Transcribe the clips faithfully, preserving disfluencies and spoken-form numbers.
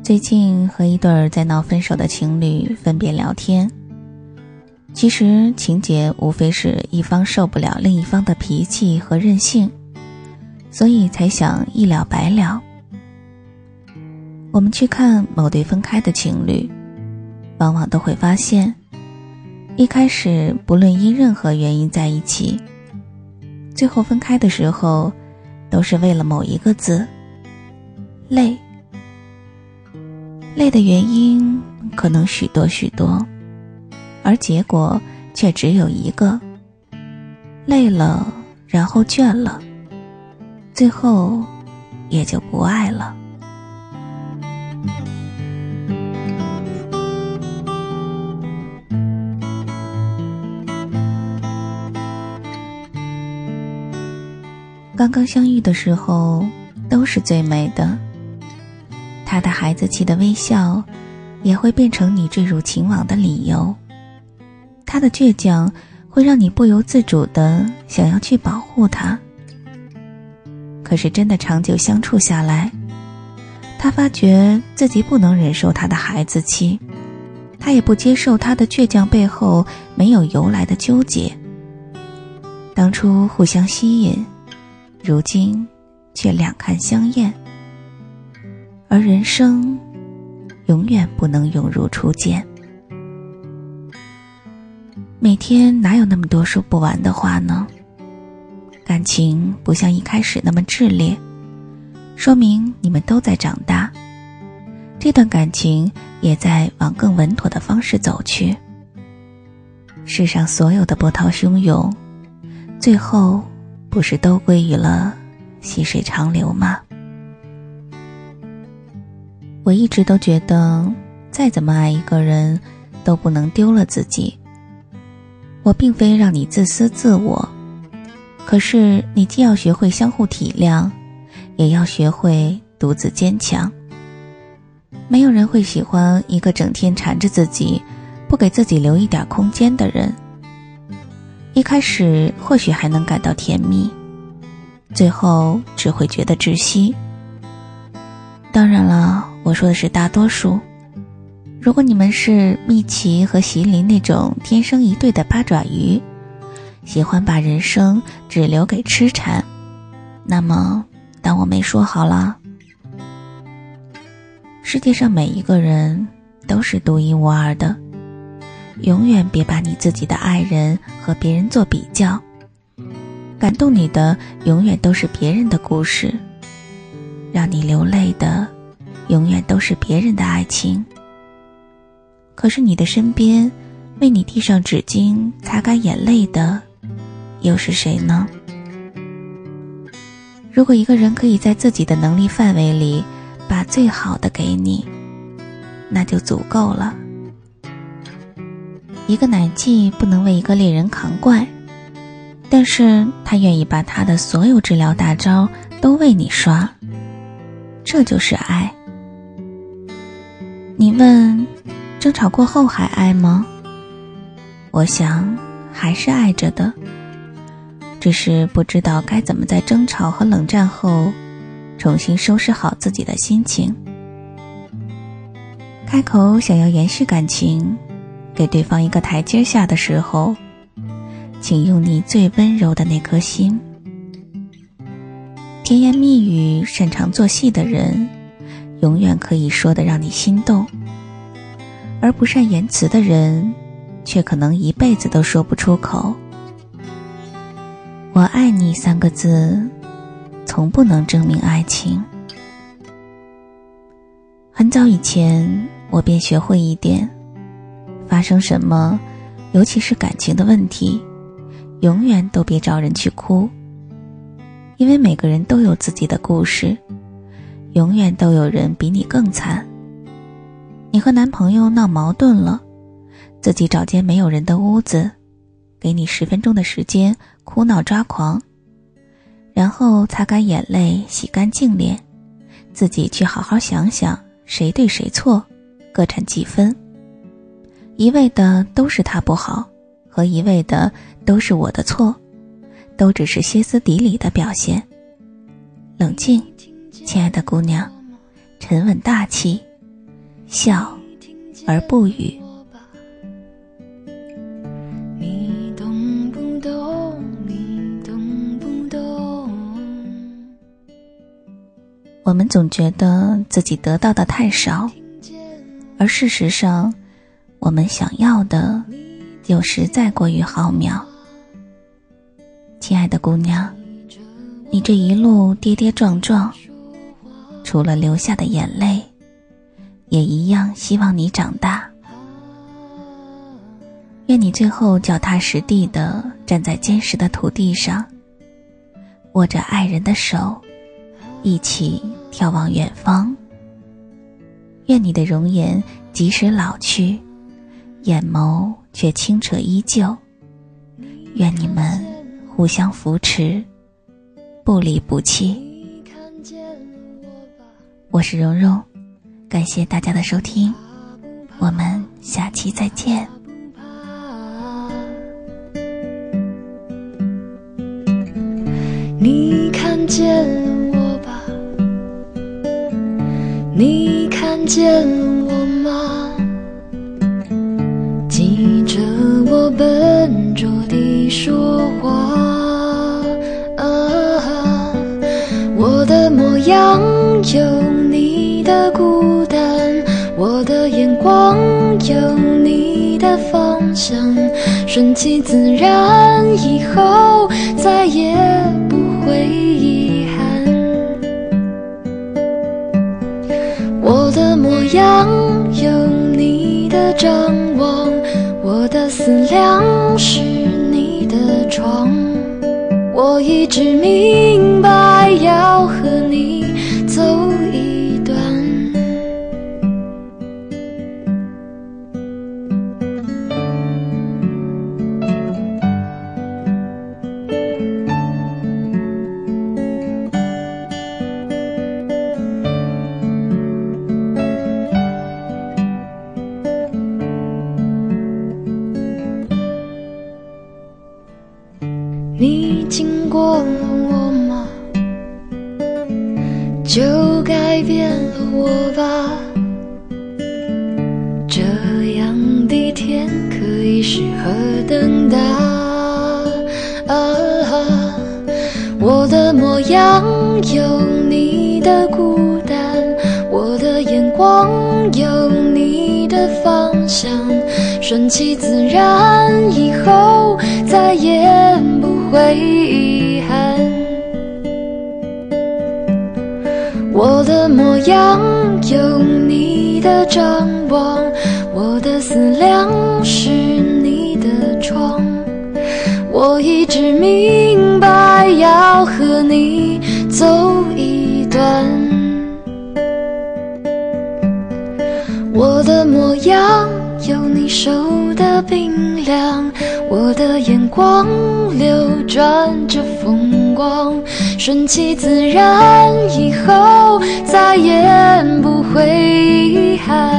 最近和一对儿在闹分手的情侣分别聊天，其实情节无非是一方受不了另一方的脾气和任性，所以才想一了百了。我们去看某对分开的情侣，往往都会发现，一开始不论因任何原因在一起，最后分开的时候都是为了某一个字，累。累的原因可能许多许多，而结果却只有一个，累了，然后倦了，最后也就不爱了。刚刚相遇的时候都是最美的，他的孩子气的微笑也会变成你坠入情网的理由，他的倔强会让你不由自主地想要去保护他。可是真的长久相处下来，他发觉自己不能忍受他的孩子气，他也不接受他的倔强背后没有由来的纠结。当初互相吸引，如今却两看相厌，而人生永远不能永如初见。每天哪有那么多说不完的话呢？感情不像一开始那么炽烈，说明你们都在长大，这段感情也在往更稳妥的方式走去。世上所有的波涛汹涌，最后不是都归于了细水长流吗？我一直都觉得，再怎么爱一个人，都不能丢了自己。我并非让你自私自我，可是你既要学会相互体谅，也要学会独自坚强。没有人会喜欢一个整天缠着自己，不给自己留一点空间的人。一开始或许还能感到甜蜜，最后只会觉得窒息。当然了，我说的是大多数。如果你们是蜜奇和席琳那种天生一对的八爪鱼，喜欢把人生只留给痴缠，那么当我没说好了。世界上每一个人都是独一无二的，永远别把你自己的爱人和别人做比较，感动你的永远都是别人的故事，让你流泪的永远都是别人的爱情。可是你的身边为你递上纸巾擦干眼泪的又是谁呢？如果一个人可以在自己的能力范围里把最好的给你，那就足够了。一个奶记不能为一个猎人扛怪，但是他愿意把他的所有治疗大招都为你刷，这就是爱。你问，争吵过后还爱吗？我想还是爱着的，只是不知道该怎么在争吵和冷战后重新收拾好自己的心情。开口想要延续感情，给对方一个台阶下的时候，请用你最温柔的那颗心。甜言蜜语擅长做戏的人，永远可以说得让你心动，而不善言辞的人却可能一辈子都说不出口。我爱你三个字从不能证明爱情。很早以前我便学会一点，发生什么，尤其是感情的问题，永远都别找人去哭，因为每个人都有自己的故事，永远都有人比你更惨。你和男朋友闹矛盾了，自己找间没有人的屋子，给你十分钟的时间哭闹抓狂，然后擦干眼泪，洗干净脸，自己去好好想想谁对谁错，各占几分。一味的都是他不好，和一味的都是我的错，都只是歇斯底里的表现。冷静，亲爱的姑娘，沉稳大气， 笑而不语。 你懂不懂？你懂不懂？ 我们总觉得自己得到的太少，而事实上，我们想要的又实在过于浩渺。亲爱的姑娘，你这一路跌跌撞撞，除了流下的眼泪，也一样希望你长大。愿你最后脚踏实地地站在坚实的土地上，握着爱人的手，一起眺望远方。愿你的容颜即使老去，眼眸却清澈依旧。愿你们互相扶持，不离不弃。我是蓉蓉，感谢大家的收听，我们下期再见。 你看见我吧，你看见我吗？记着我笨拙地说话，啊，我的模样有你的孤单，我的眼光有你的方向，顺其自然，以后再也不会遗憾。我的模样有你的张望，我的思量是你的床。我一直明白要和你走一段。你经过了我吗？就改变了我吧。这样的天可以适合等待。啊，我的模样有你的孤单，我的眼光有你的方向，顺其自然，以后再也不会遗憾。我的模样有你的张望，我的思量是你的床。我一直明白要和你走一段。我的模样有你手的冰凉，我的眼光流转着风光，顺其自然，以后再也不会遗憾。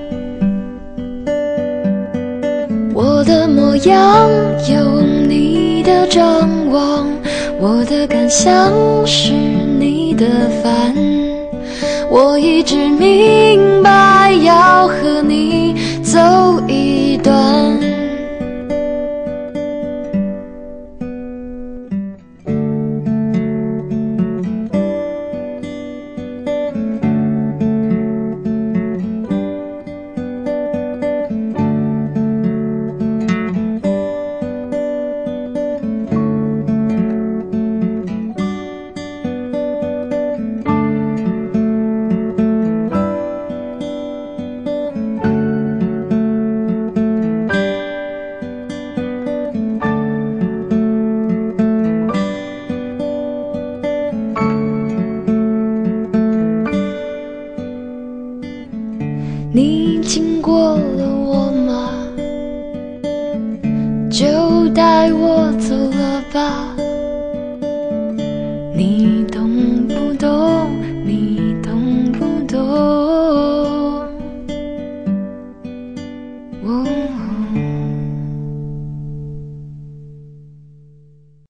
我的模样有你的张望，我的感想是你的烦。我一直明白要和你走一段。你经过了我吗？就带我走了吧。